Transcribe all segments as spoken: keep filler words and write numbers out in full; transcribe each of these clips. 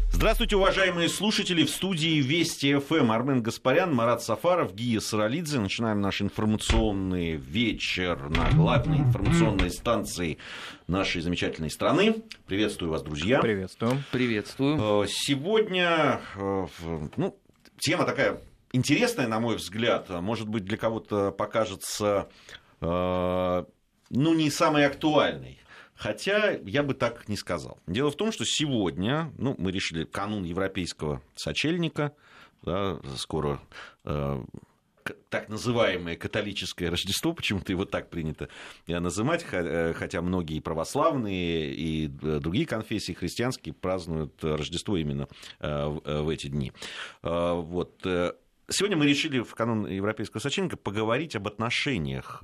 Здравствуйте, уважаемые слушатели. В студии Вести ФМ Армен Гаспарян, Марат Сафаров, Гия Саралидзе. Начинаем наш информационный вечер на главной информационной станции нашей замечательной страны. Приветствую вас, друзья. Приветствую. Приветствую. Сегодня, ну, тема такая интересная, на мой взгляд. Может быть, для кого-то покажется, ну, не самой актуальной. Хотя я бы так не сказал. Дело в том, что сегодня, ну, мы решили, канун Европейского сочельника, да, скоро э, так называемое католическое Рождество, почему-то его так принято называть, хотя многие православные и другие конфессии христианские празднуют Рождество именно в эти дни. Вот. Сегодня мы решили в канун Европейского сочельника поговорить об отношениях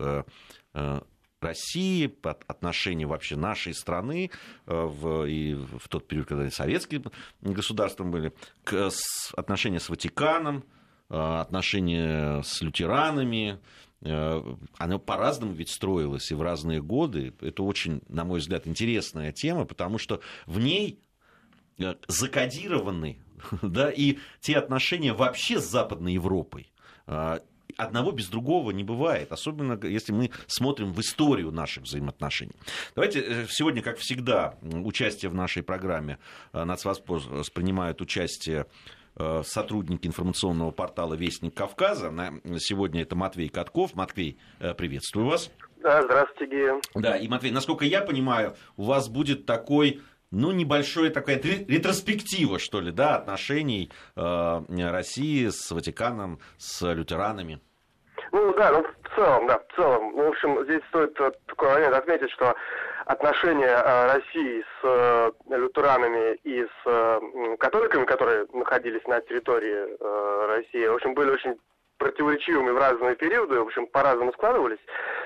России, отношения вообще нашей страны в, и в тот период, когда советские государства были, к, с, отношения с Ватиканом, отношения с лютеранами. Оно по-разному ведь строилось и в разные годы. Это очень, на мой взгляд, интересная тема, потому что в ней закодированы, да, и те отношения вообще с Западной Европой. Одного без другого не бывает, особенно если мы смотрим в историю наших взаимоотношений. Давайте сегодня, как всегда, участие в нашей программе «Нацвопрос» принимают участие сотрудники информационного портала «Вестник Кавказа». Сегодня это Матвей Катков. Матвей, приветствую вас. Да, здравствуйте, Гия. Да, и, Матвей, насколько я понимаю, у вас будет такой... Ну, небольшая такая ретроспектива, что ли, да, отношений э, России с Ватиканом, с лютеранами. Ну, да, ну, в целом, да, в целом. В общем, здесь стоит такой момент отметить, что отношения э, России с э, лютеранами и с э, католиками, которые находились на территории э, России, в общем, были очень противоречивыми в разные периоды, в общем, по-разному складывались.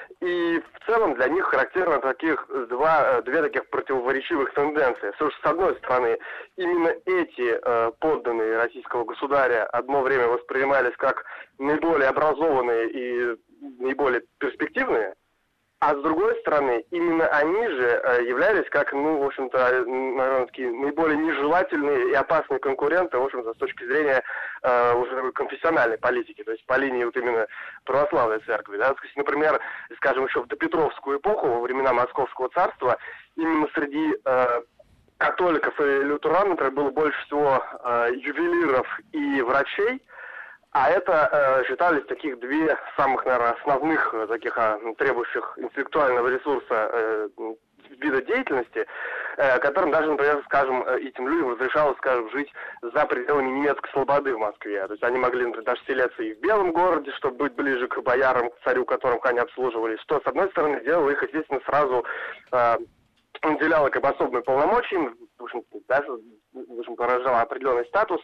И в целом для них характерно таких два, две таких противоречивых тенденции. Потому что, с одной стороны, именно эти э, подданные российского государя одно время воспринимались как наиболее образованные и наиболее перспективные, а с другой стороны, именно они же э, являлись как, ну, в общем-то, наверное, такие наиболее нежелательные и опасные конкуренты, в общем-то, с точки зрения э, уже конфессиональной политики, то есть по линии вот именно православной церкви. Да? Например, скажем, еще в допетровскую эпоху, во времена Московского царства, именно среди э, католиков и лютеран, например, было больше всего э, ювелиров и врачей. А это э, считались таких две самых, наверное, основных, э, таких э, требующих интеллектуального ресурса э, вида деятельности, э, которым даже, например, скажем, этим людям разрешалось, скажем, жить за пределами немецкой слободы в Москве. То есть они могли, например, даже селиться и в Белом городе, чтобы быть ближе к боярам, к царю, которым они обслуживали, что, с одной стороны, делало их, естественно, сразу э, наделяло как бы особыми полномочиями, в общем, даже, в общем, поражало определенный статус.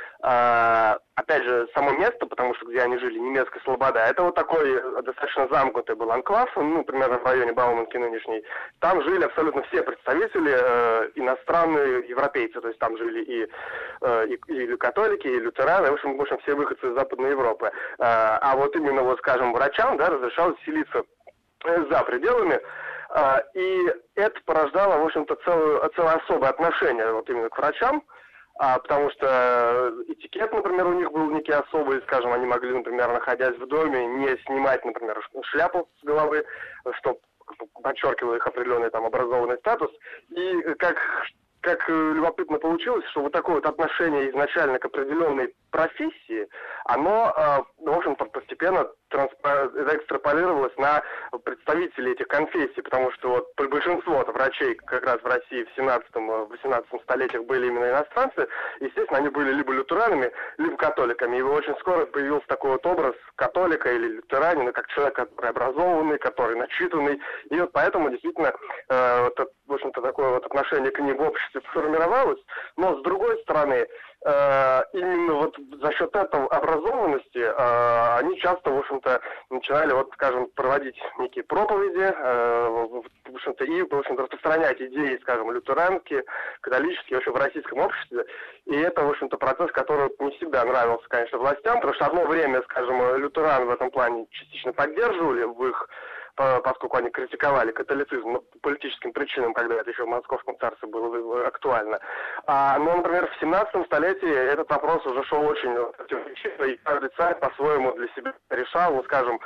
Uh, опять же, само место, потому что где они жили, немецкая слобода, это вот такой достаточно замкнутый был анклав, ну, примерно в районе Бауманки нынешней. Там жили абсолютно все представители, э, иностранные, европейцы, то есть там жили и, э, и, и католики, и лютераны, в общем, в общем, все выходцы из Западной Европы. Uh, а вот именно, вот, скажем, врачам, да, разрешалось селиться за пределами. Uh, и это порождало, в общем-то, целое, целое особое отношение вот именно к врачам. А, потому что этикет, например, у них был некий особый, скажем, они могли, например, находясь в доме, не снимать, например, шляпу с головы, что подчеркивало их определенный там образованный статус. И как, как любопытно получилось, что вот такое вот отношение изначально к определенной профессии, оно, в общем-то, постепенно экстраполировалось на представителей этих конфессий, потому что вот большинство врачей как раз в России в семнадцатом-восемнадцатом столетиях были именно иностранцы, естественно, они были либо лютеранами, либо католиками, и очень скоро появился такой вот образ католика или лютеранина, как человек, который образованный, который начитанный, и вот поэтому действительно, э, вот, в общем-то, такое вот отношение к ним в обществе сформировалось, но с другой стороны, именно вот за счет этого образованности э, они часто, в общем-то, начинали, вот, скажем, проводить некие проповеди, э, в общем-то, и, в общем-то, распространять идеи, скажем, лютеранские, католические, вообще в российском обществе. И это, в общем-то, процесс, который не всегда нравился, конечно, властям, потому что одно время, скажем, лютеран в этом плане частично поддерживали в их поскольку они критиковали католицизм по политическим причинам, когда это еще в Московском царстве было актуально. А, но, например, в семнадцатом столетии этот вопрос уже шел очень противоречиво, и каждый царь по-своему для себя решал. Ну, скажем,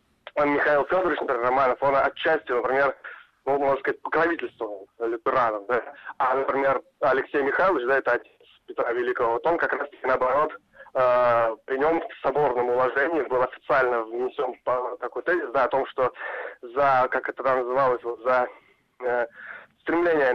Михаил Федорович, например, Романов, он отчасти, например, ну, можно сказать, покровительствовал лютеранам, да. А, например, Алексей Михайлович, да, это отец Петра Великого, вот он как раз наоборот, э, при нем в соборном уложении был официально внесен такой тезис, да, о том, что за, как это там называлось, вот за э, стремление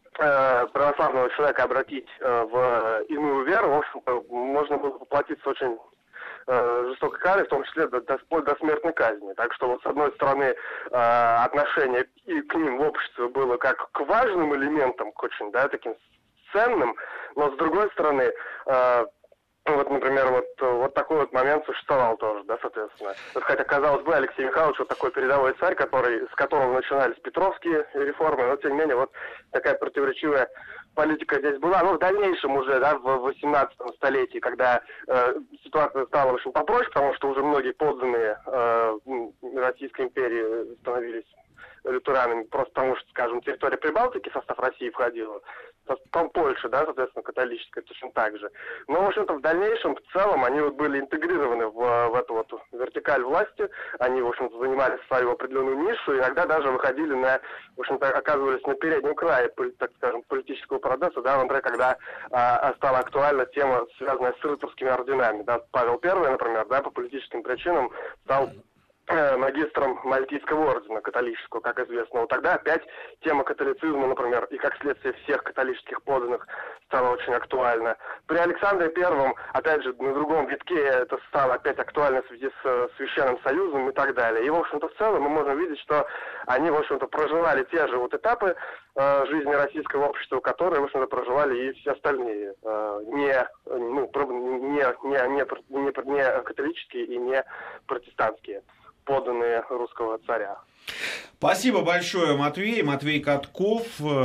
э, православного человека обратить э, в иную веру, в общем-то, можно было поплатиться очень жестокой карой, в том числе до, до, вплоть до смертной казни. Так что, вот, с одной стороны, э, отношение и к ним в обществе было как к важным элементам, к очень, да, таким ценным, но с другой стороны, э, вот, например, вот, вот такой вот момент существовал тоже, да, соответственно. Вот, хотя, казалось бы, Алексей Михайлович вот такой передовой царь, который, с которого начинались петровские реформы, но, тем не менее, вот такая противоречивая политика здесь была, но в дальнейшем уже, да, в восемнадцатом столетии, когда э, ситуация стала, в общем, попроще, потому что уже многие подданные э, Российской империи становились лютеранами, просто потому что, скажем, территория Прибалтики в состав России входила, там Польша, да, соответственно, католическая точно так же. Но, в общем-то, в дальнейшем, в целом, они вот были интегрированы в, в эту вот вертикаль власти, они, в общем-то, занимали свою определенную нишу, иногда даже выходили на, в общем-то, оказывались на переднем крае, так скажем, политического процесса, да, например, когда а, стала актуальна тема, связанная с рыцарскими орденами, да, Павел Первый, например, да, по политическим причинам стал магистром Мальтийского ордена католического, как известно. Вот тогда опять тема католицизма, например, и как следствие всех католических подданных стала очень актуальна. При Александре Первом, опять же, на другом витке это стало опять актуально в связи с Священным Союзом и так далее. И, в общем-то, в целом мы можем видеть, что они, в общем-то, проживали те же вот этапы э, жизни российского общества, которые, в общем-то, проживали и все остальные. Э, не, ну, не, не, не, не, не католические и не протестантские подданные русского царя. Спасибо большое, Матвей. Матвей Катков,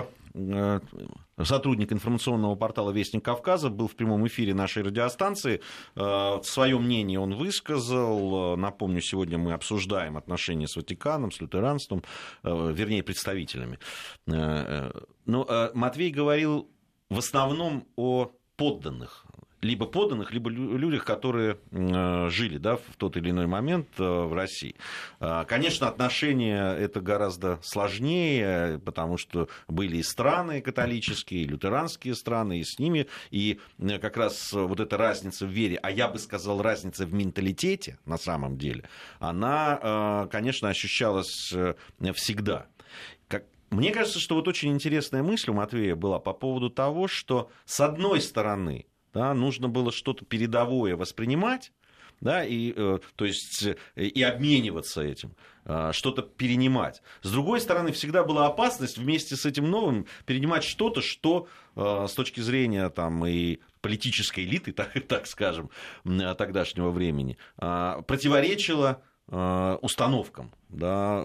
сотрудник информационного портала «Вестник Кавказа», был в прямом эфире нашей радиостанции. Свое мнение он высказал. Напомню, сегодня мы обсуждаем отношения с Ватиканом, с лютеранством, вернее, представителями. Но Матвей говорил в основном о подданных. Либо подданных, либо людях, которые жили, да, в тот или иной момент в России. Конечно, отношения это гораздо сложнее, потому что были и страны католические, и лютеранские страны, и с ними, и как раз вот эта разница в вере, а я бы сказал, разница в менталитете на самом деле, она, конечно, ощущалась всегда. Как Мне кажется, что вот очень интересная мысль у Матвея была по поводу того, что с одной стороны, да, нужно было что-то передовое воспринимать, да, и, э, то есть, и обмениваться этим, э, что-то перенимать. С другой стороны, всегда была опасность вместе с этим новым перенимать что-то, что э, с точки зрения там, и политической элиты, так, так скажем, тогдашнего времени, э, противоречило установкам, да,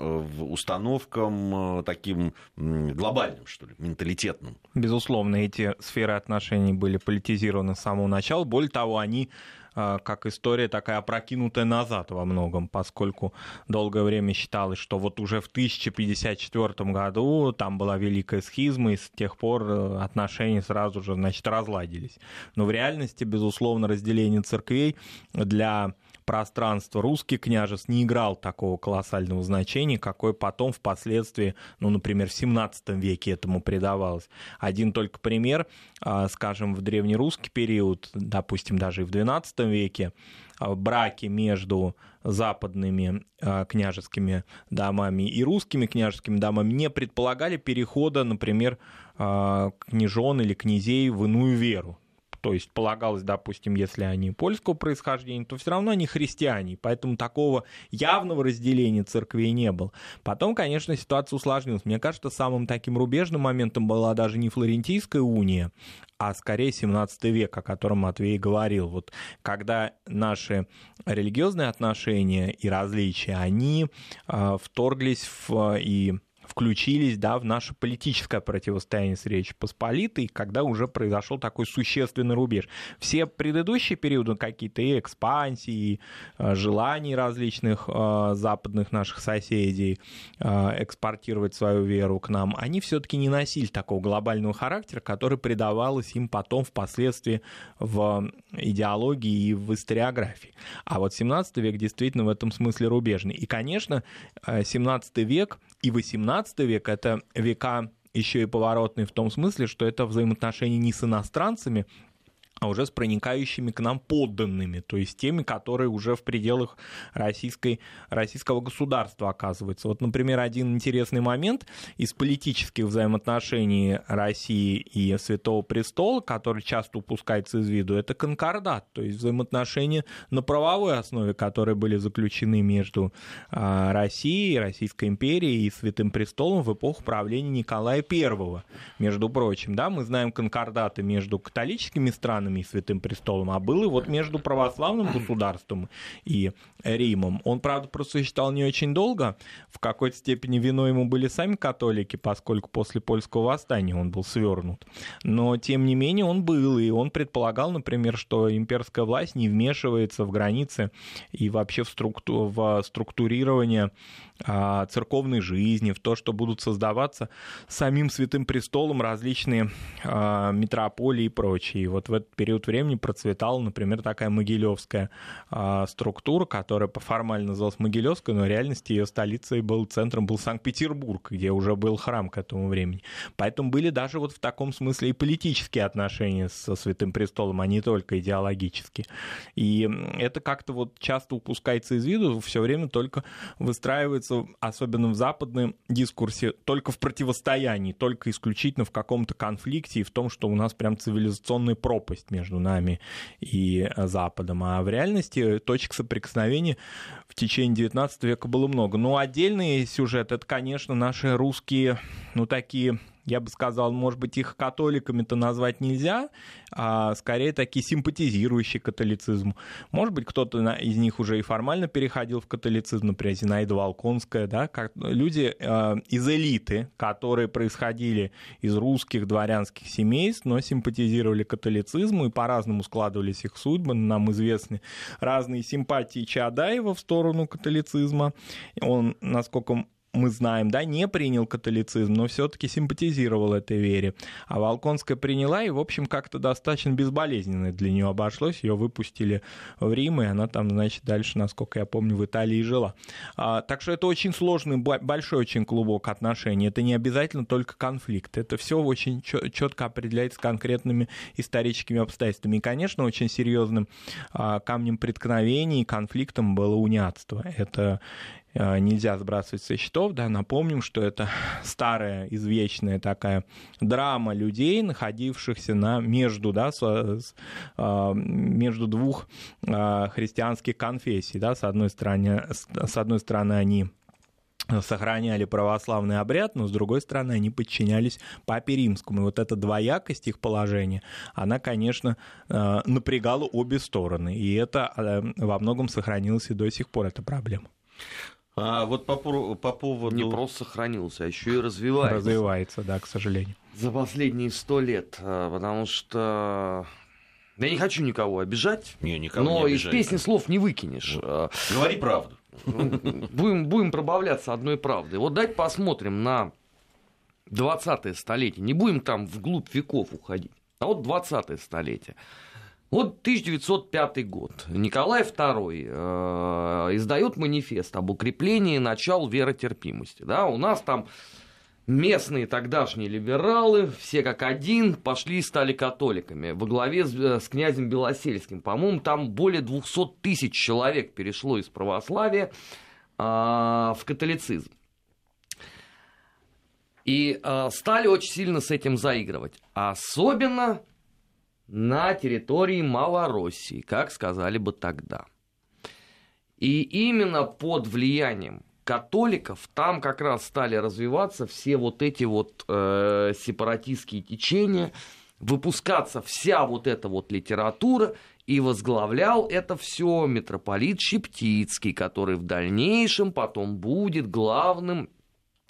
установкам таким глобальным, что ли, менталитетным. Безусловно, эти сферы отношений были политизированы с самого начала. Более того, они, как история, такая опрокинутая назад во многом, поскольку долгое время считалось, что вот уже в тысяча пятьдесят четвёртом году там была великая схизма, и с тех пор отношения сразу же, значит, разладились. Но в реальности, безусловно, разделение церквей для пространство русских княжеств не играл такого колоссального значения, какое потом впоследствии, ну, например, в семнадцатом веке этому придавалось. Один только пример, скажем, в древнерусский период, допустим, даже и в двенадцатом веке, браки между западными княжескими домами и русскими княжескими домами не предполагали перехода, например, княжон или князей в иную веру. То есть полагалось, допустим, если они польского происхождения, то все равно они христиане, поэтому такого явного разделения церквей не было. Потом, конечно, ситуация усложнилась. Мне кажется, самым таким рубежным моментом была даже не Флорентийская уния, а скорее семнадцатый век, о котором Матвей говорил. Вот когда наши религиозные отношения и различия, они э, вторглись в, и включились, да, в наше политическое противостояние с Речью Посполитой, когда уже произошел такой существенный рубеж. Все предыдущие периоды какие-то и экспансии, и э, желаний различных э, западных наших соседей э, экспортировать свою веру к нам, они все-таки не носили такого глобального характера, который придавалось им потом впоследствии в идеологии и в историографии. А вот семнадцатый век действительно в этом смысле рубежный. И, конечно, семнадцатый век и восемнадцатый век — это века еще и поворотные в том смысле, что это взаимоотношения не с иностранцами, а уже с проникающими к нам подданными, то есть теми, которые уже в пределах российской, российского государства оказываются. Вот, например, один интересный момент из политических взаимоотношений России и Святого Престола, который часто упускается из виду, это конкордат, то есть взаимоотношения на правовой основе, которые были заключены между Россией, Российской империей и Святым Престолом в эпоху правления Николая Первого. Между прочим, да, мы знаем конкордаты между католическими странами и Святым Престолом, а был и вот между православным государством и Римом. Он, правда, просуществовал не очень долго, в какой-то степени виной ему были сами католики, поскольку после польского восстания он был свернут. Но, тем не менее, он был, и он предполагал, например, что имперская власть не вмешивается в границы и вообще в, структу... в структурирование а, церковной жизни, в то, что будут создаваться самим Святым Престолом различные а, митрополии и прочее. И вот в этот период времени процветала, например, такая могилевская а, структура, которая формально называлась Могилевской, но в реальности ее столицей был, центром был Санкт-Петербург, где уже был храм к этому времени. Поэтому были даже вот в таком смысле и политические отношения со Святым Престолом, а не только идеологические. И это как-то вот часто упускается из виду, все время только выстраивается, особенно в западном дискурсе, только в противостоянии, только исключительно в каком-то конфликте и в том, что у нас прям цивилизационная пропасть между нами и Западом. А в реальности точек соприкосновения в течение девятнадцатого века было много. Но отдельный сюжет — это, конечно, наши русские, ну, такие... Я бы сказал, может быть, их католиками-то назвать нельзя, а скорее такие симпатизирующие католицизму. Может быть, кто-то из них уже и формально переходил в католицизм, например, Зинаида Волконская, да, как люди э, из элиты, которые происходили из русских дворянских семейств, но симпатизировали католицизму, и по-разному складывались их судьбы. Нам известны разные симпатии Чаадаева в сторону католицизма. Он, насколько мы знаем, да, не принял католицизм, но все-таки симпатизировал этой вере. А Волконская приняла, и, в общем, как-то достаточно безболезненно для нее обошлось. Ее выпустили в Рим, и она там, значит, дальше, насколько я помню, в Италии жила. А, так что это очень сложный, большой очень клубок отношений. Это не обязательно только конфликт. Это все очень четко определяется конкретными историческими обстоятельствами. И, конечно, очень серьезным а, камнем преткновения и конфликтом было униатство. Это нельзя сбрасывать со счетов, да, напомним, что это старая, извечная такая драма людей, находившихся на, между, да, с, с, между двух христианских конфессий, да, с одной стороны, с одной стороны они сохраняли православный обряд, но, с другой стороны, они подчинялись Папе Римскому. И вот эта двоякость их положения, она, конечно, напрягала обе стороны. И это во многом сохранилось и до сих пор, эта проблема. А вот по, по поводу... Не просто сохранился, а еще и развивается. Развивается, да, к сожалению. За последние сто лет, потому что... Я не хочу никого обижать, не, никого но не из песни слов не выкинешь. Вот. Говори правду. Будем, будем пробавляться одной правдой. Вот давайте посмотрим на двадцатое столетие. Не будем там вглубь веков уходить. А вот двадцатое столетие. Вот тысяча девятьсот пятый год. Николай второй э, издает манифест об укреплении начал веротерпимости. Да, у нас там местные тогдашние либералы, все как один, пошли и стали католиками. Во главе с, с князем Белосельским. По-моему, там более двухсот тысяч человек перешло из православия э, в католицизм. И э, стали очень сильно с этим заигрывать. Особенно на территории Малороссии, как сказали бы тогда. И именно под влиянием католиков там как раз стали развиваться все вот эти вот э, сепаратистские течения, выпускаться вся вот эта вот литература, и возглавлял это все митрополит Шептицкий, который в дальнейшем потом будет главным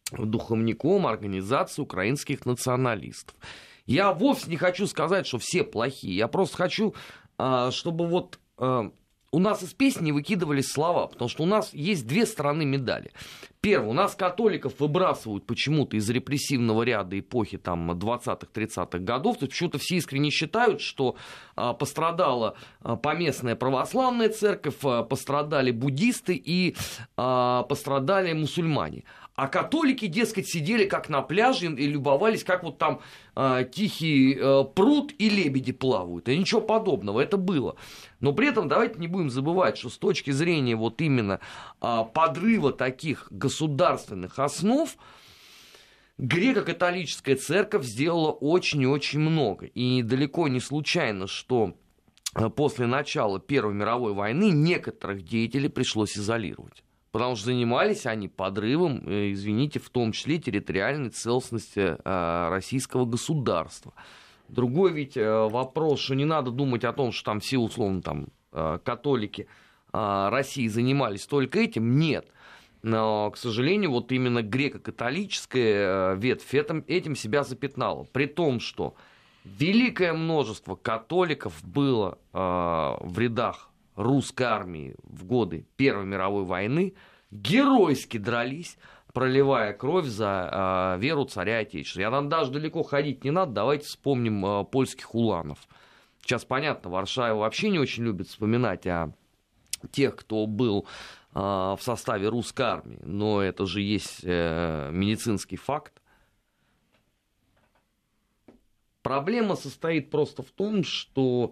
духовником Организации украинских националистов. Я вовсе не хочу сказать, что все плохие. Я просто хочу, чтобы вот у нас из песни выкидывались слова, потому что у нас есть две стороны медали. Первое, у нас католиков выбрасывают почему-то из репрессивного ряда эпохи там, двадцатых-тридцатых годов. То есть почему-то все искренне считают, что а, пострадала а, поместная православная церковь, а, пострадали буддисты и а, пострадали мусульмане. А католики, дескать, сидели как на пляже и любовались, как вот там э, тихий э, пруд и лебеди плавают. И ничего подобного, это было. Но при этом давайте не будем забывать, что с точки зрения вот именно э, подрыва таких государственных основ, греко-католическая церковь сделала очень и очень много. И далеко не случайно, что после начала Первой мировой войны некоторых деятелей пришлось изолировать. Потому что занимались они подрывом, извините, в том числе территориальной целостности э, российского государства. Другой ведь э, вопрос, что не надо думать о том, что там все условно там, э, католики э, России занимались только этим. Нет. Но, к сожалению, вот именно греко-католическая э, ветвь этим, этим себя запятнала. При том, что великое множество католиков было э, в рядах русской армии в годы Первой мировой войны, геройски дрались, проливая кровь за э, веру царя Отечества. Я нам даже далеко ходить не надо, давайте вспомним э, польских уланов. Сейчас, понятно, Варшава вообще не очень любит вспоминать о тех, кто был э, в составе русской армии, но это же есть э, медицинский факт. Проблема состоит просто в том, что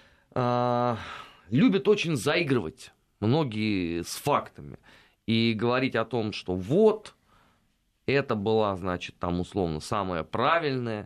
э, любят очень заигрывать многие с фактами и говорить о том, что вот, это была, значит, там условно самая правильная,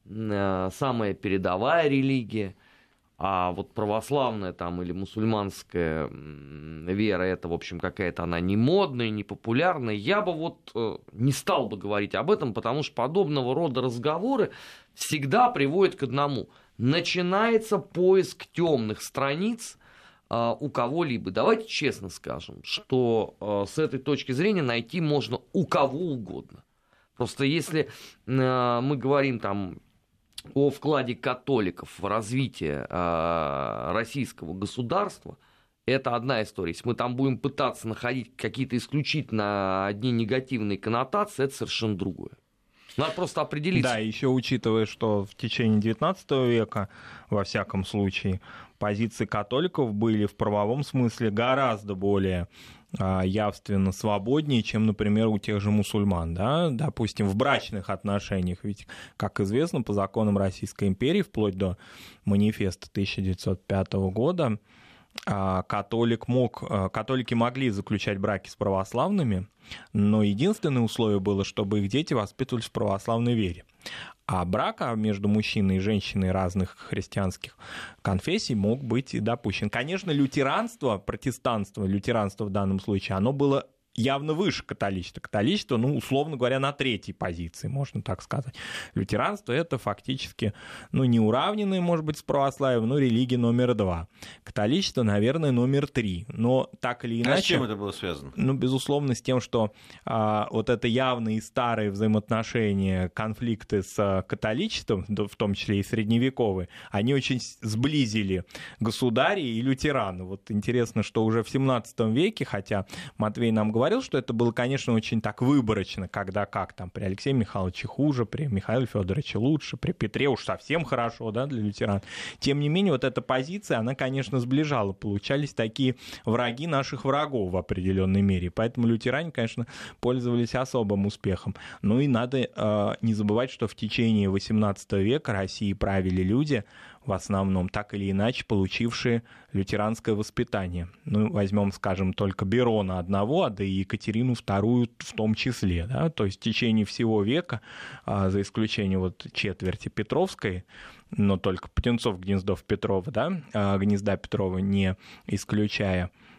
самая передовая религия, а вот православная там или мусульманская вера, это, в общем, какая-то она не модная, не популярная. Я бы вот не стал бы говорить об этом, потому что подобного рода разговоры всегда приводят к одному. Начинается поиск темных страниц у кого-либо. Давайте честно скажем, что с этой точки зрения найти можно у кого угодно. Просто если мы говорим там о вкладе католиков в развитие российского государства, это одна история. Если мы там будем пытаться находить какие-то исключительно одни негативные коннотации, это совершенно другое. Надо просто определиться. Да, еще учитывая, что в течение девятнадцатого века, во всяком случае, позиции католиков были в правовом смысле гораздо более а, явственно свободнее, чем, например, у тех же мусульман. Да? Допустим, в брачных отношениях. Ведь, как известно, по законам Российской империи, вплоть до манифеста тысяча девятьсот пятого года, католик мог, католики могли заключать браки с православными, но единственное условие было, чтобы их дети воспитывались в православной вере. А брак между мужчиной и женщиной разных христианских конфессий мог быть и допущен. Конечно, лютеранство, протестанство, лютеранство в данном случае, оно было явно выше католичества. Католичество, ну, условно говоря, на третьей позиции, можно так сказать. Лютеранство — это фактически, ну, не уравненное, может быть, с православием, но религия номер два. Католичество, наверное, номер три. Но так или иначе... А с чем это было связано? Ну, безусловно, с тем, что а, вот это явные старые взаимоотношения, конфликты с католичеством, в том числе и средневековые, они очень сблизили государей и лютеран. Вот интересно, что уже в семнадцатом веке, хотя Матвей нам говорил, говорил, что это было, конечно, очень так выборочно, когда как там, при Алексее Михайловиче хуже, при Михаиле Федоровиче лучше, при Петре уж совсем хорошо, да, для лютеран. Тем не менее, вот эта позиция, она, конечно, сближала. Получались такие враги наших врагов в определенной мере. Поэтому лютеране, конечно, пользовались особым успехом. Ну и надо э, не забывать, что в течение восемнадцатого века Россией правили люди, в основном, так или иначе, получившие лютеранское воспитание. Ну, возьмем, скажем, только Берона одного, а да и Екатерину вторую в том числе. Да? То есть в течение всего века, а, за исключением вот четверти Петровской, но только Птенцов, Гнездов, Петрова, да, а, гнезда Петрова не исключая,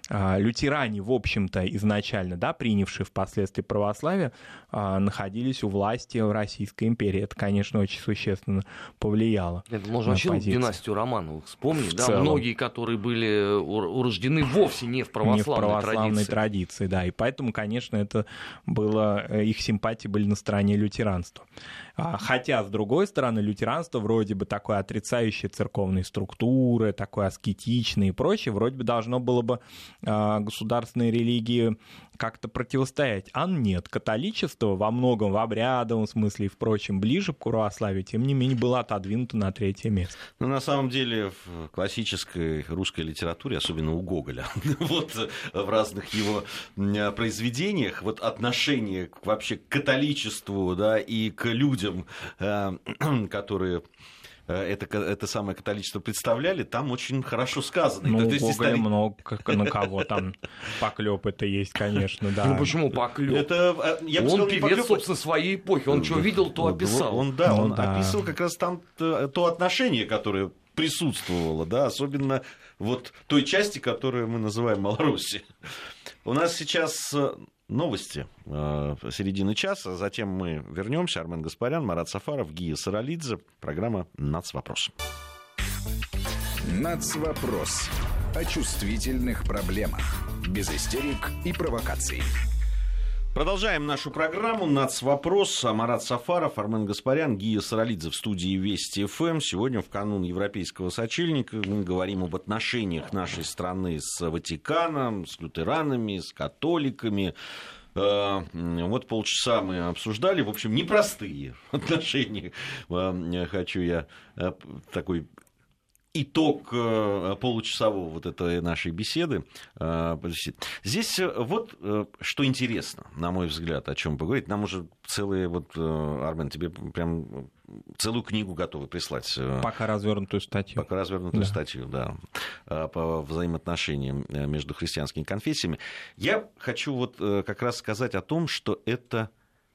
лютеране, в общем-то, изначально, да, принявшие впоследствии православие, находились у власти в Российской империи. Это, конечно, очень существенно повлияло. Это можно вообще позицию. Династию Романовых вспомнить, в да, целом. Многие, которые были урождены вовсе не в православной, не в православной традиции. традиции, да, и поэтому, конечно, это было, их симпатии были на стороне лютеранства. Хотя, с другой стороны, лютеранство вроде бы такое отрицающее церковные структуры, такое аскетичное и прочее, вроде бы должно было бы государственной религии как-то противостоять. А нет, католичество во многом в обрядовом смысле и впрочем ближе к православию, тем не менее, было отодвинуто на третье место. Ну, на самом деле, в классической русской литературе, особенно у Гоголя, вот в разных его произведениях, вот отношение вообще к католичеству, да, и к людям, которые это, это самое католичество представляли, там очень хорошо сказано. Ну, у Гоголя историк... много, на кого там поклёп это есть, конечно, да. Ну почему поклёп? Это, я бы он сказал, певец, поклёп... собственно, своей эпохи. Он что видел, то описал. Он, да, ну, он да. описывал как раз там то, то отношение, которое присутствовало, да, особенно вот той части, которую мы называем Малоруссией. У нас сейчас новости э, середины часа, затем мы вернемся. Армен Гаспарян, Марат Сафаров, Гия Саралидзе. Программа «Нацвопрос». «Нацвопрос» о чувствительных проблемах, без истерик и провокаций. Продолжаем нашу программу «Нацвопрос». Марат Сафаров, Армен Гаспарян, Гия Саралидзе в студии Вести ФМ. Сегодня, в канун Европейского сочельника, мы говорим об отношениях нашей страны с Ватиканом, с лютеранами, с католиками. Вот полчаса мы обсуждали, в общем, непростые отношения. Хочу я такой... итог получасового вот этой нашей беседы. Здесь вот что интересно, на мой взгляд, о чем поговорить. Нам уже целые, вот, Армен, тебе прям целую книгу готовы прислать. Пока развернутую статью. Пока развернутую да. статью, да, по взаимоотношениям между христианскими конфессиями. Я хочу вот как раз сказать о том, что это...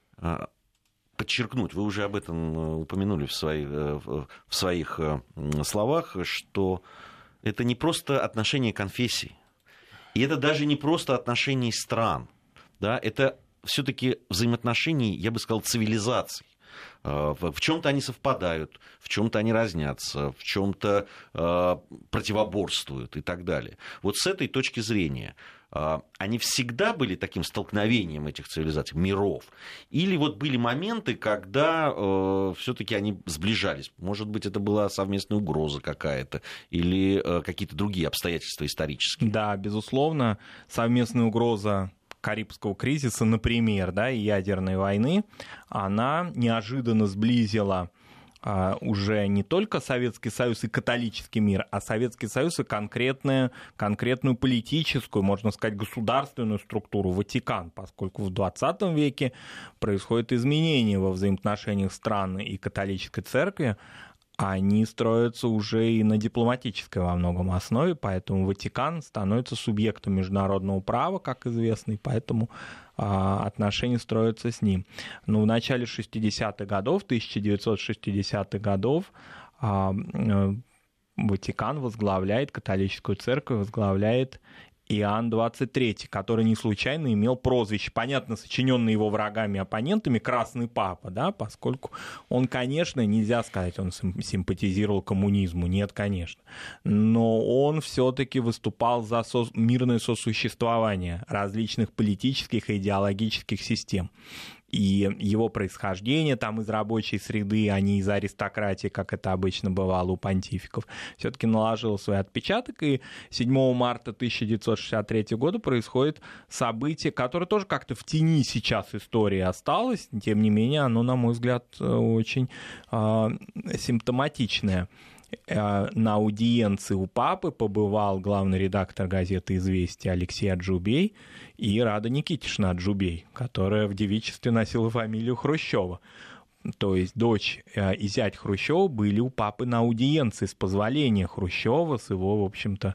подчеркнуть, вы уже об этом упомянули в своих, в своих словах, что это не просто отношения конфессий, и это даже не просто отношения стран, да, это все-таки взаимоотношения, я бы сказал, цивилизаций. В чем-то они совпадают, в чем-то они разнятся, в чем-то противоборствуют и так далее. Вот с этой точки зрения они всегда были таким столкновением этих цивилизаций, миров? Или вот были моменты, когда э, все-таки они сближались? Может быть, это была совместная угроза какая-то или э, какие-то другие обстоятельства исторические? Да, безусловно, совместная угроза Карибского кризиса, например, да, и ядерной войны, она неожиданно сблизила уже не только Советский Союз и католический мир, а Советский Союз и конкретную, конкретную политическую, можно сказать, государственную структуру, Ватикан, поскольку в двадцатом веке происходят изменения во взаимоотношениях стран и католической церкви, они строятся уже и на дипломатической во многом основе, поэтому Ватикан становится субъектом международного права, как известно, и поэтому а, отношения строятся с ним. Но в начале шестидесятых годов, тысяча девятьсот шестидесятых годов, а, а, Ватикан возглавляет, католическую церковь возглавляет Иоанн двадцать третий, который не случайно имел прозвище, понятно, сочиненное его врагами-оппонентами, «Красный папа», да, поскольку он, конечно, нельзя сказать, он симпатизировал коммунизму, нет, конечно, но он все-таки выступал за со- мирное сосуществование различных политических и идеологических систем. И его происхождение там из рабочей среды, а не из аристократии, как это обычно бывало у понтификов, все-таки наложило свой отпечаток. И седьмого марта тысяча девятьсот шестьдесят третьего года происходит событие, которое тоже как-то в тени сейчас истории осталось. Тем не менее, оно, на мой взгляд, очень э, симптоматичное. На аудиенции у папы побывал главный редактор газеты «Известия» Алексей Аджубей и Рада Никитишна Аджубей, которая в девичестве носила фамилию Хрущева. То есть дочь и зять Хрущева были у папы на аудиенции с позволения Хрущева, с его, в общем-то,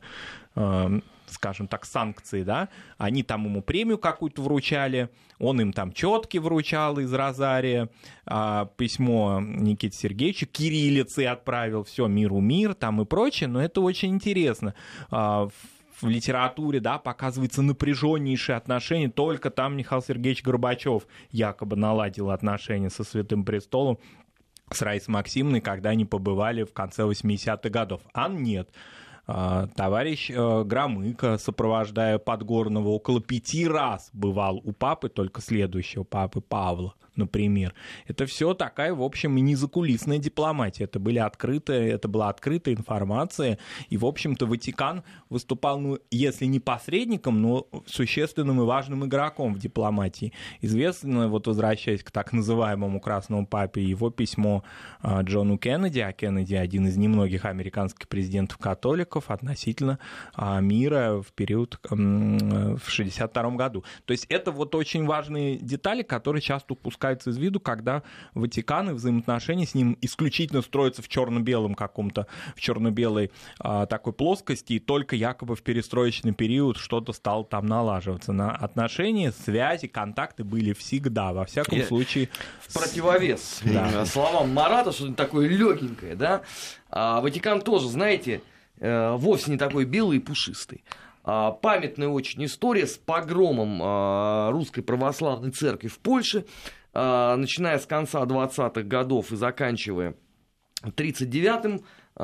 скажем так, санкции, да, они там ему премию какую-то вручали, он им там четки вручал из розария, а, письмо Никите Сергеевичу кириллицей отправил, все, миру мир, там и прочее, но это очень интересно. А, в литературе, да, показывается напряженнейшие отношения, только там Михаил Сергеевич Горбачев якобы наладил отношения со Святым Престолом, с Раисой Максимовной, когда они побывали в конце восьмидесятых годов. А нет. Товарищ Громыко, сопровождая Подгорного, около пяти раз бывал у папы, только следующего папы Павла, например. Это все такая, в общем, и не закулисная дипломатия. Это, были открытые, это была открытая информация. И, в общем-то, Ватикан выступал, ну, если не посредником, но существенным и важным игроком в дипломатии. Известно, вот возвращаясь к так называемому Красному папе, его письмо Джону Кеннеди, а Кеннеди один из немногих американских президентов-католиков, относительно а, мира в период м, в шестьдесят втором году. То есть это вот очень важные детали, которые часто упускаются из виду, когда Ватикан и взаимоотношения с ним исключительно строятся в черно-белом каком-то, в черно-белой а, такой плоскости, и только якобы в перестроечный период что-то стало там налаживаться. На отношения, связи, контакты были всегда, во всяком Я... случае. В противовес да. словам Марата, что-то такое легенькое, да? А Ватикан тоже, знаете, вовсе не такой белый и пушистый. Памятная очень история с погромом Русской Православной Церкви в Польше, начиная с конца двадцатых годов и заканчивая тридцать девятым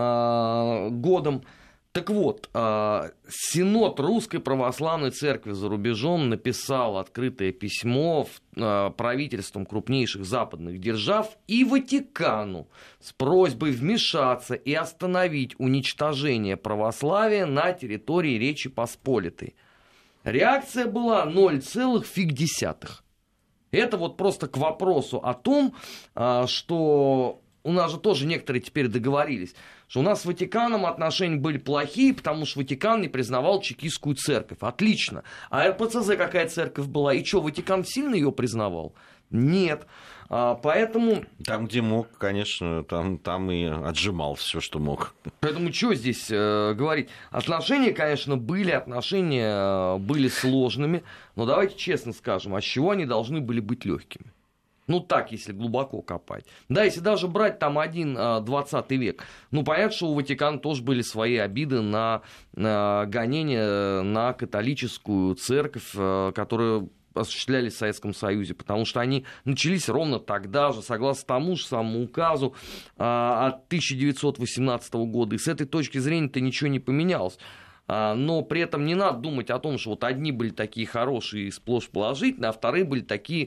годом. Так вот, Синод Русской Православной Церкви за рубежом написал открытое письмо правительствам крупнейших западных держав и Ватикану с просьбой вмешаться и остановить уничтожение православия на территории Речи Посполитой. Реакция была ноль целых фиг десятых. Это вот просто к вопросу о том, что у нас же тоже некоторые теперь договорились, что у нас с Ватиканом отношения были плохие, потому что Ватикан не признавал чекистскую церковь. Отлично. А эр пэ цэ зэ какая церковь была? И что, Ватикан сильно ее признавал? Нет. А, поэтому... Там, где мог, конечно, там, там и отжимал все, что мог. Поэтому что здесь э, говорить? Отношения, конечно, были, отношения э, были сложными, но давайте честно скажем, а с чего они должны были быть легкими? Ну, так, если глубоко копать. Да, если даже брать там один двадцатый век. Ну, понятно, что у Ватикана тоже были свои обиды на, на гонения на католическую церковь, которую осуществлялись в Советском Союзе, потому что они начались ровно тогда же, согласно тому же самому указу от тысяча девятьсот восемнадцатого года. И с этой точки зрения-то ничего не поменялось. Но при этом не надо думать о том, что вот одни были такие хорошие и сплошь положительные, а вторые были такие...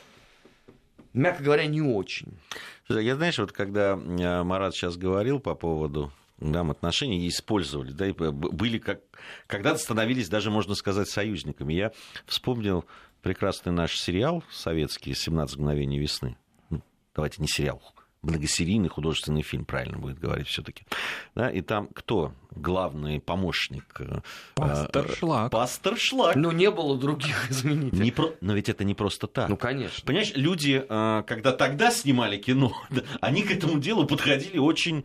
мягко говоря, не очень. Я, знаешь, вот когда Марат сейчас говорил по поводу нам отношений, использовали, да, и были как... когда-то становились даже, можно сказать, союзниками. Я вспомнил прекрасный наш сериал советский «семнадцать мгновений весны». Ну, давайте не сериал, многосерийный художественный фильм, правильно будет говорить все-таки. Да, и там кто главный помощник? Пастор Шлак. Пастор Шлак. Ну, не было других, извините. Не про... Но ведь это не просто так. Ну, конечно. Понимаешь, люди, когда тогда снимали кино, они к этому делу подходили очень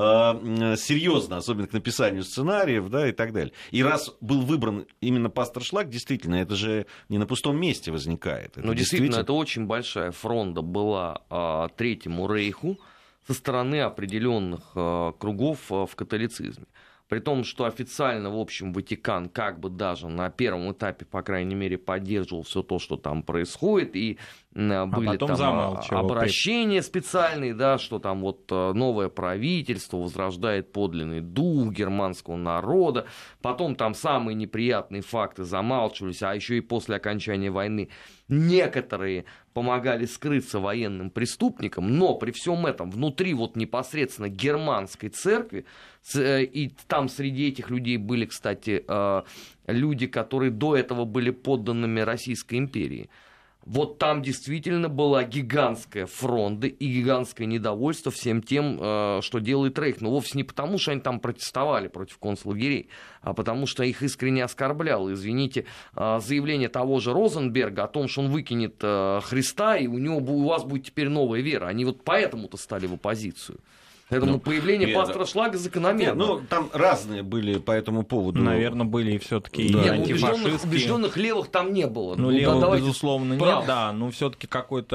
серьезно, особенно к написанию сценариев, да, и так далее. И раз был выбран именно Пастор Шлак, действительно, это же не на пустом месте возникает. Ну, действительно, действительно, это очень большая фронта была а, Третьему Рейху со стороны определенных а, кругов а, в католицизме. При том, что официально, в общем, Ватикан как бы даже на первом этапе, по крайней мере, поддерживал все то, что там происходит, и а были там обращения специальные, да, что там вот новое правительство возрождает подлинный дух германского народа, потом там самые неприятные факты замалчивались, а еще и после окончания войны некоторые помогали скрыться военным преступникам, но при всем этом внутри вот непосредственно германской церкви, и там среди этих людей были, кстати, люди, которые до этого были подданными Российской империи. Вот там действительно была гигантская фронта и гигантское недовольство всем тем, что делает Рейх. Но вовсе не потому, что они там протестовали против концлагерей, а потому что их искренне оскорбляло. Извините, заявление того же Розенберга о том, что он выкинет Христа, и у него, у вас будет теперь новая вера. Они вот поэтому-то стали в оппозицию. Поэтому ну, появление нет, пастора Шлага закономерно. Нет, ну, там разные были по этому поводу. Наверное, были и все-таки да. и антифашистские. Убежденных левых там не было. Ну, ну левых, да, безусловно, правда. Нет, да, но все-таки какой-то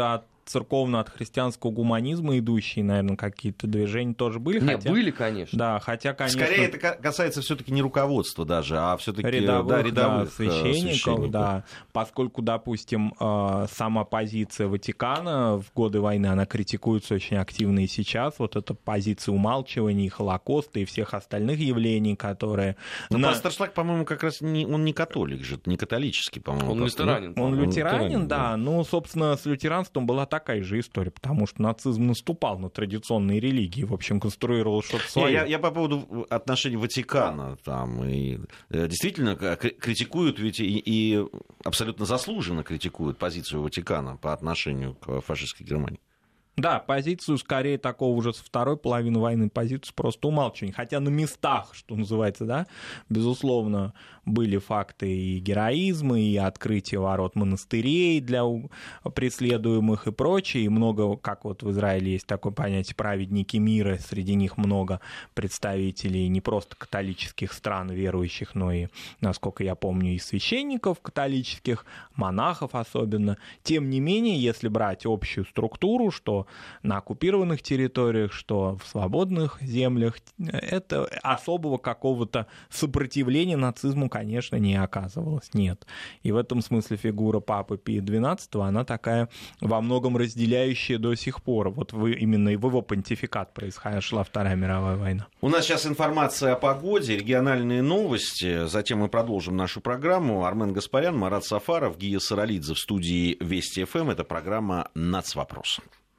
церковно от христианского гуманизма идущие, наверное, какие-то движения тоже были. Не, хотя, были, конечно. Да, хотя, конечно... Скорее, это касается все-таки не руководства даже, а все-таки рядовых, да, рядовых да, священников, священников. Да, поскольку, допустим, сама позиция Ватикана в годы войны, она критикуется очень активно и сейчас, вот эта позиция умалчивания и Холокоста, и всех остальных явлений, которые... Ну, на... пастор Шлак, по-моему, как раз не, он не католик же, не католический, по-моему. Он лютеранин. Он, он лютеранин, лютеранин, да. да. Ну, собственно, с лютеранством была такая же история, потому что нацизм наступал на традиционные религии, в общем, конструировал что-то свое. Я, я по поводу отношений Ватикана, там, и, действительно, критикуют, ведь и, и абсолютно заслуженно критикуют позицию Ватикана по отношению к фашистской Германии. Да, позицию скорее такого уже со второй половины войны, позицию просто умалчивания. Хотя на местах, что называется, да, безусловно, были факты и героизма, и открытие ворот монастырей для преследуемых и прочее. И много, как вот в Израиле есть такое понятие праведники мира, среди них много представителей не просто католических стран верующих, но и, насколько я помню, и священников католических, монахов особенно. Тем не менее, если брать общую структуру, что на оккупированных территориях, что в свободных землях, это особого какого-то сопротивления нацизму, конечно, не оказывалось, нет. И в этом смысле фигура папы Пия двенадцатого, она такая во многом разделяющая до сих пор. Вот вы, именно в его понтификат происходила Вторая мировая война. У нас сейчас информация о погоде, региональные новости, затем мы продолжим нашу программу. Армен Гаспарян, Марат Сафаров, Гия Саралидзе в студии Вести эф эм. Это программа «Нацвопрос».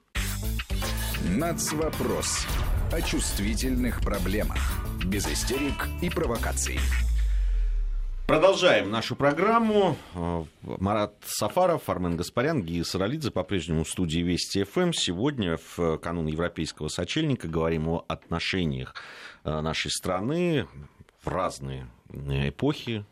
Нацвопрос. О чувствительных проблемах. Без истерик и провокаций. Продолжаем нашу программу. Марат Сафаров, Армен Гаспарян, Гия Саралидзе по-прежнему в студии Вести эф эм. Сегодня, в канун Европейского сочельника, говорим о отношениях нашей страны в разные эпохи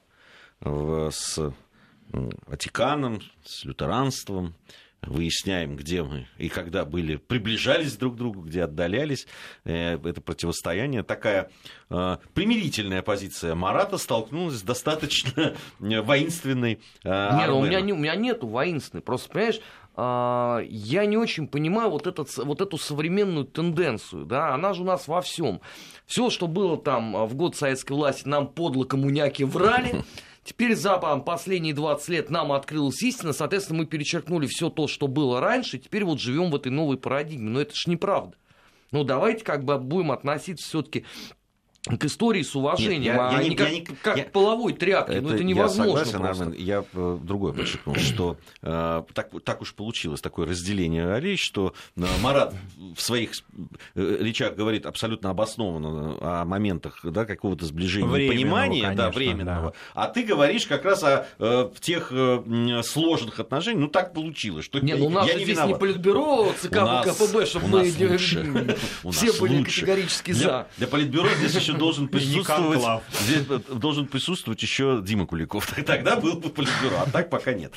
с Ватиканом, с лютеранством. Выясняем, где мы и когда были, приближались друг к другу, где отдалялись. Это противостояние. Такая примирительная позиция Марата столкнулась с достаточно воинственной Арменом. Нет, у меня, не, у меня нету воинственной. Просто, понимаешь, я не очень понимаю вот, этот, вот эту современную тенденцию. Да? Она же у нас во всем. Все, что было там в год советской власти, нам подло коммуняки врали. Теперь за последние двадцать лет нам открылась истина, соответственно, мы перечеркнули все то, что было раньше, и теперь вот живем в этой новой парадигме. Но это ж неправда. Ну, давайте как бы будем относиться все-таки к истории с уважением, Нет, я, а я не, не как, я не, как я, к половой тряпке. Это, ну, это невозможно. Я согласен, Армен, я другое подчеркнул, что э, так, так уж получилось такое разделение ролей, что э, Марат в своих речах говорит абсолютно обоснованно о моментах, да, какого-то сближения, временного, понимания, конечно, да, временного. Да. А ты говоришь как раз о э, в тех э, сложных отношениях. Ну, так получилось, что не, ну, у нас я же не здесь виноват. не политбюро, ЦК ВКПБ, чтобы мы все были категорически за. Для политбюро здесь еще должен присутствовать, здесь должен присутствовать еще Дима Куликов. Тогда был бы политбюро, а так пока нет.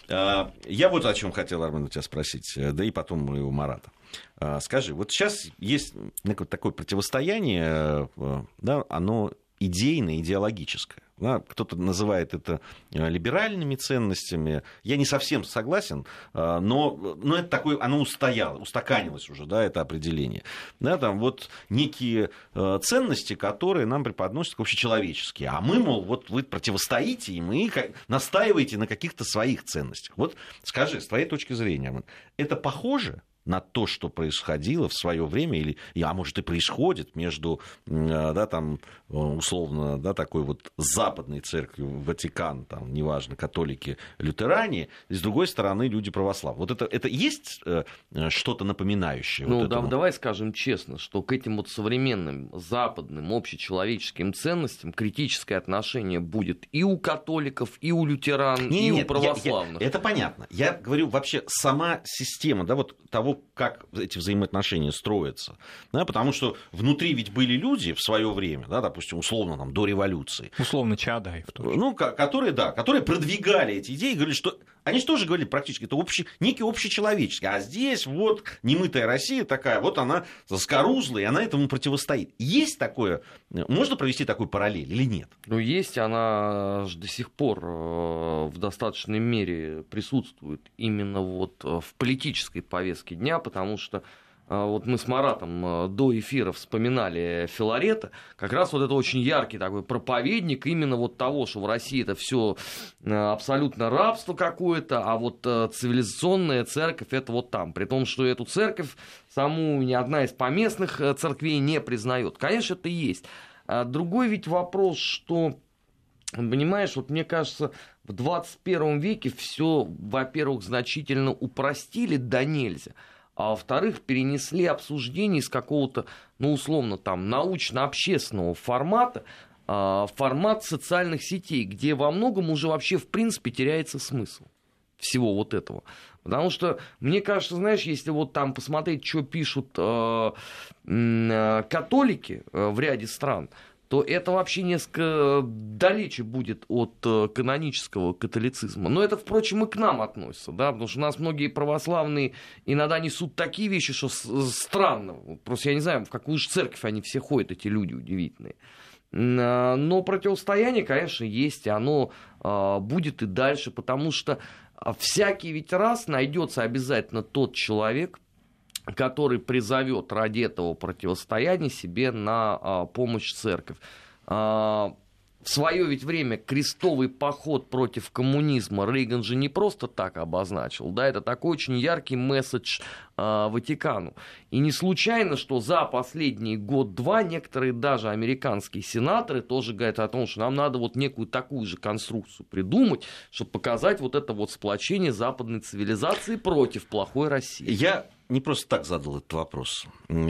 Я вот о чем хотел, Армен, у тебя спросить, да и потом и у Марата. Скажи, вот сейчас есть такое противостояние, да, оно идейное, идеологическое. Да, кто-то называет это либеральными ценностями. Я не совсем согласен, но, но это такое, оно устояло, устаканилось уже, да, это определение. Да, там вот некие ценности, которые нам преподносят как общечеловеческие. А мы, мол, вот вы противостоите им и настаиваете на каких-то своих ценностях. Вот скажи, с твоей точки зрения, это похоже на то, что происходило в свое время, или, а может и происходит между, да, там, условно, да, такой вот западной церковью, Ватикан, там, неважно, католики, лютеране, и с другой стороны люди православные. Вот это, это есть что-то напоминающее? Ну, вот да, давай скажем честно, что к этим вот современным западным общечеловеческим ценностям критическое отношение будет и у католиков, и у лютеран, не, и нет, у православных. Я, я, это понятно. Я говорю вообще сама система, да, вот того, как эти взаимоотношения строятся. Да, потому что внутри ведь были люди в свое время, да, допустим, условно, там, до революции. Условно, Чаадаев тоже. Ну, которые, да, которые продвигали эти идеи и говорили, что они же тоже говорили практически, это общий, некий общечеловеческий. А здесь вот немытая Россия такая, вот она заскорузлая, и она этому противостоит. Есть такое, можно провести такую параллель или нет? Ну, есть, она до сих пор в достаточной мере присутствует именно вот в политической повестке дня, потому что вот мы с Маратом до эфира вспоминали Филарета, как раз вот это очень яркий такой проповедник именно вот того, что в России это все абсолютно рабство какое-то, а вот цивилизационная церковь это вот там. При том, что эту церковь саму ни одна из поместных церквей не признает. Конечно, это и есть. Другой ведь вопрос, что, понимаешь, вот мне кажется, в двадцать первом веке все, во-первых, значительно упростили до нельзя, а во-вторых, перенесли обсуждение из какого-то, ну, условно, там, научно-общественного формата в формат социальных сетей, где во многом уже вообще, в принципе, теряется смысл всего вот этого. Потому что, мне кажется, знаешь, если вот там посмотреть, что пишут э, э, католики э, в ряде стран, то это вообще несколько далече будет от канонического католицизма. Но это, впрочем, и к нам относится, да, потому что у нас многие православные иногда несут такие вещи, что странно. Просто я не знаю, в какую же церковь они все ходят, эти люди удивительные. Но противостояние, конечно, есть, и оно будет и дальше, потому что всякий ведь раз найдется обязательно тот человек, который призовет ради этого противостояния себе на а, помощь церковь. А, в свое ведь время крестовый поход против коммунизма Рейган же не просто так обозначил, да, это такой очень яркий месседж а, Ватикану. И не случайно, что за последний год-два некоторые даже американские сенаторы тоже говорят о том, что нам надо вот некую такую же конструкцию придумать, чтобы показать вот это вот сплочение западной цивилизации против плохой России. Я не просто так задал этот вопрос.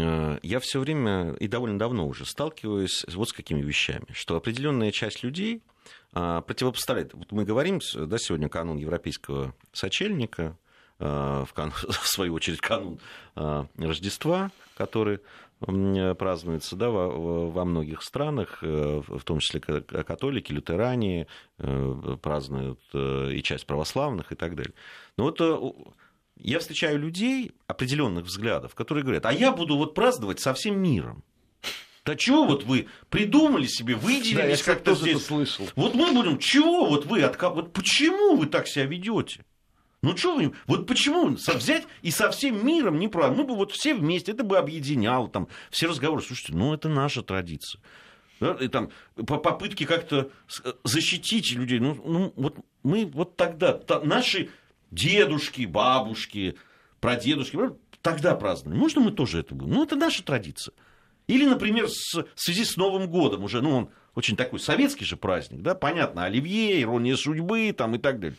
Я все время и довольно давно уже сталкиваюсь вот с какими вещами, что определенная часть людей противопоставляет. Вот мы говорим, да, сегодня канун Европейского сочельника, в, кан... в свою очередь канун Рождества, который празднуется, да, во, во многих странах, в том числе католики, лютеране празднуют, и часть православных и так далее. Но вот я встречаю людей определенных взглядов, которые говорят, а я буду вот праздновать со всем миром. Да чего вот вы придумали себе, выделились да, как-то здесь. Слышал. Вот мы будем, чего вот вы, от... вот почему вы так себя ведете? Ну что вы, вот почему взять и со всем миром не праздновать? Мы бы вот все вместе, это бы объединяло там все разговоры. Слушайте, ну это наша традиция. Да, и там попытки как-то защитить людей. Ну, ну вот мы вот тогда, та, наши дедушки, бабушки, прадедушки тогда праздновали. Можно мы тоже это будем? Ну это наша традиция. Или, например, с, в связи с Новым годом уже, ну он очень такой советский же праздник, да, понятно, оливье, ирония судьбы там и так далее.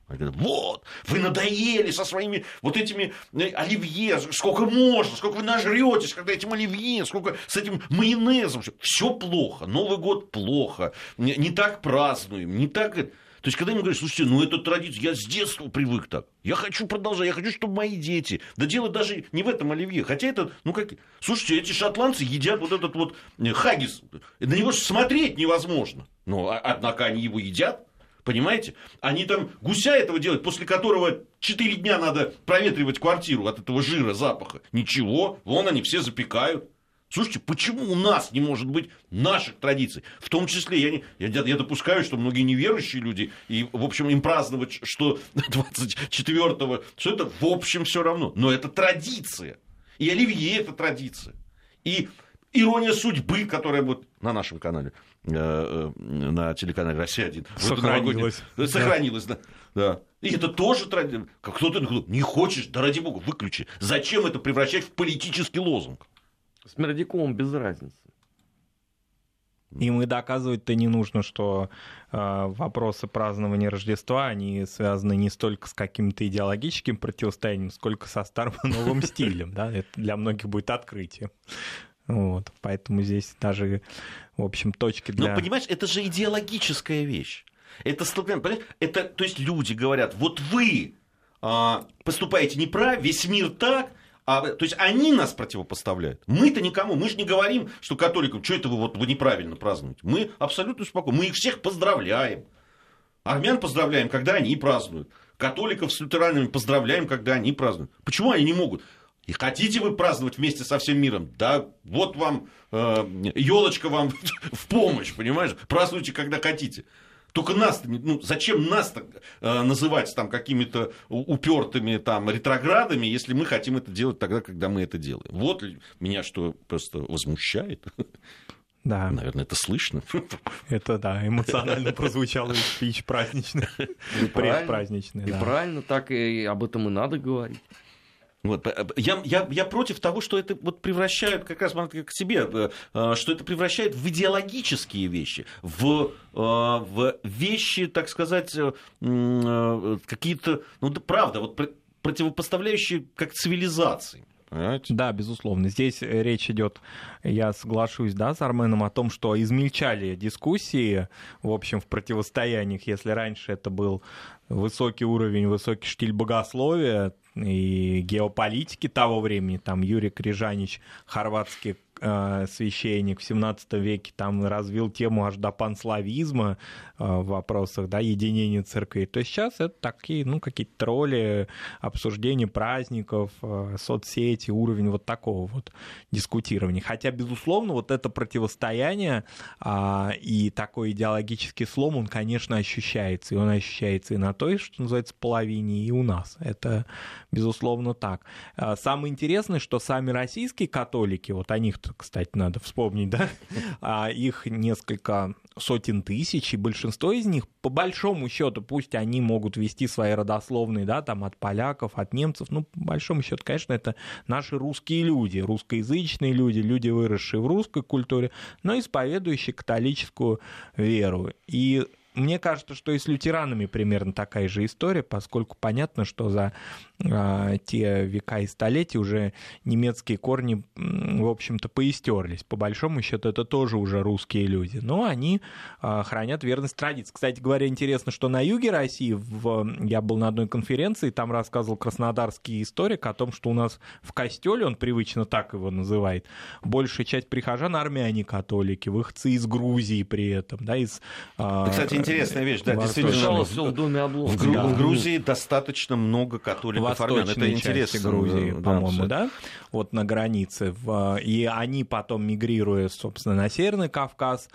Вот, вы надоели со своими вот этими оливье, сколько можно, сколько вы нажретесь, когда этим оливье, сколько с этим майонезом. Все плохо, Новый год плохо, не, не так празднуем, не так... То есть, когда им говорят, слушайте, ну это традиция, я с детства привык так, я хочу продолжать, я хочу, чтобы мои дети, да дело даже не в этом оливье, хотя это, ну как, слушайте, эти шотландцы едят вот этот вот хаггис, на него смотреть невозможно, но однако они его едят. Понимаете? Они там гуся этого делают, после которого четыре дня надо проветривать квартиру от этого жира, запаха. Ничего, вон они все запекают. Слушайте, почему у нас не может быть наших традиций? В том числе, я, не, я, я допускаю, что многие неверующие люди, и, в общем, им праздновать, что двадцать четвёртого, что это, в общем, все равно. Но это традиция. И оливье – это традиция. И ирония судьбы, которая будет на нашем канале, на телеканале «Россия один». Сохранилась. Вот, сохранилась, да. да. И это тоже традиция. Кто-то не хочешь, да ради бога, выключи. Зачем это превращать в политический лозунг? С Мердяковым без разницы. Им и доказывать-то не нужно, что э, вопросы празднования Рождества, они связаны не столько с каким-то идеологическим противостоянием, сколько со старым и новым стилем. Да? Это для многих будет открытие. Вот, поэтому здесь даже, в общем, точки для... Ну, понимаешь, это же идеологическая вещь. Это, это, то есть люди говорят, вот вы а, поступаете неправильно, весь мир так, а, то есть они нас противопоставляют. Мы-то никому, мы же не говорим, что католикам, что это вы, вот, вы неправильно празднуете. Мы абсолютно спокойны, мы их всех поздравляем. Армян поздравляем, когда они празднуют. католиков с лютеранами поздравляем, когда они празднуют. Почему они не могут? И хотите вы праздновать вместе со всем миром? Да, вот вам елочка э, вам в помощь, понимаешь? Празднуйте, когда хотите. Только нас, ну, зачем нас э, называть там какими-то упертыми там ретроградами, если мы хотим это делать тогда, когда мы это делаем? Вот меня что просто возмущает. Да. Наверное, это слышно. Это, да, эмоционально прозвучало из спич праздничных, предпраздничных. И правильно, так и об этом и надо говорить. Вот. Я, я, я против того, что это вот превращают, как раз к себе, что это превращает в идеологические вещи, в, в вещи, так сказать, какие-то, ну да, правда, вот противопоставляющие как цивилизации. Понимаете? Да, безусловно. Здесь речь идет, я соглашусь, да, с Арменом о том, что измельчали дискуссии, в общем, в противостояниях. Если раньше это был высокий уровень, высокий штиль богословия и геополитики того времени, там Юрий Крижанич, хорватский э, священник в семнадцатом веке, там развил тему аж до панславизма э, в вопросах, да, единения церквей, то сейчас это такие, ну, какие-то тролли, обсуждения праздников, э, соцсети, уровень вот такого вот дискутирования. Хотя, безусловно, вот это противостояние э, и такой идеологический слом, он, конечно, ощущается, и он ощущается и на той, что называется, половине, и у нас. Это, безусловно, так. Самое интересное, что сами российские католики, вот о них-то, кстати, надо вспомнить, да, их несколько сотен тысяч, и большинство из них, по большому счету, пусть они могут вести свои родословные, да, там, от поляков, от немцев, ну, по большому счету, конечно, это наши русские люди, русскоязычные люди, люди, выросшие в русской культуре, но исповедующие католическую веру. И мне кажется, что и с лютеранами примерно такая же история, поскольку понятно, что за э, те века и столетия уже немецкие корни, в общем-то, поистерлись. По большому счету, это тоже уже русские люди, но они э, хранят верность традиции. Кстати говоря, интересно, что на юге России, в... я был на одной конференции, там рассказывал краснодарский историк о том, что у нас в костеле, он привычно так его называет, большая часть прихожан армяне-католики, выходцы из Грузии при этом, да, из... Э, Кстати, интересная вещь, да, действительно. Все в доме Облонского. В, Гру- Да. в Грузии достаточно много католиков армян. Это интересно. Грузии, да, по-моему, да, да, вот на границе. И они потом, мигрируя, собственно, на Северный Кавказ,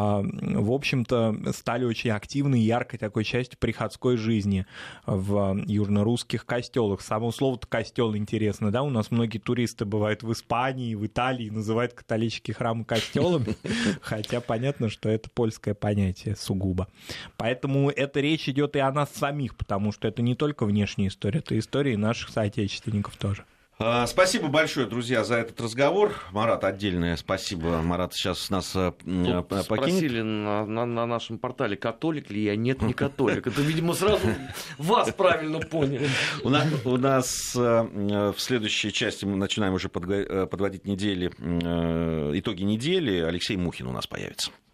в общем-то, стали очень активной, яркой такой частью приходской жизни в южно-русских костелах. Само слово-то костел интересно, да, у нас многие туристы бывают в Испании, в Италии, называют католические храмы костелами, хотя понятно, что это польское понятие сугубо. Поэтому эта речь идет и о нас самих, потому что это не только внешняя история, это история наших соотечественников тоже. Спасибо большое, друзья, за этот разговор. Марат, отдельное спасибо. Марат сейчас нас Тут покинет. Спросили на, на, на нашем портале, католик ли я. Нет, не католик. Это, видимо, сразу вас правильно поняли. У нас, у нас в следующей части мы начинаем уже подводить недели, итоги недели. Алексей Мухин у нас появится.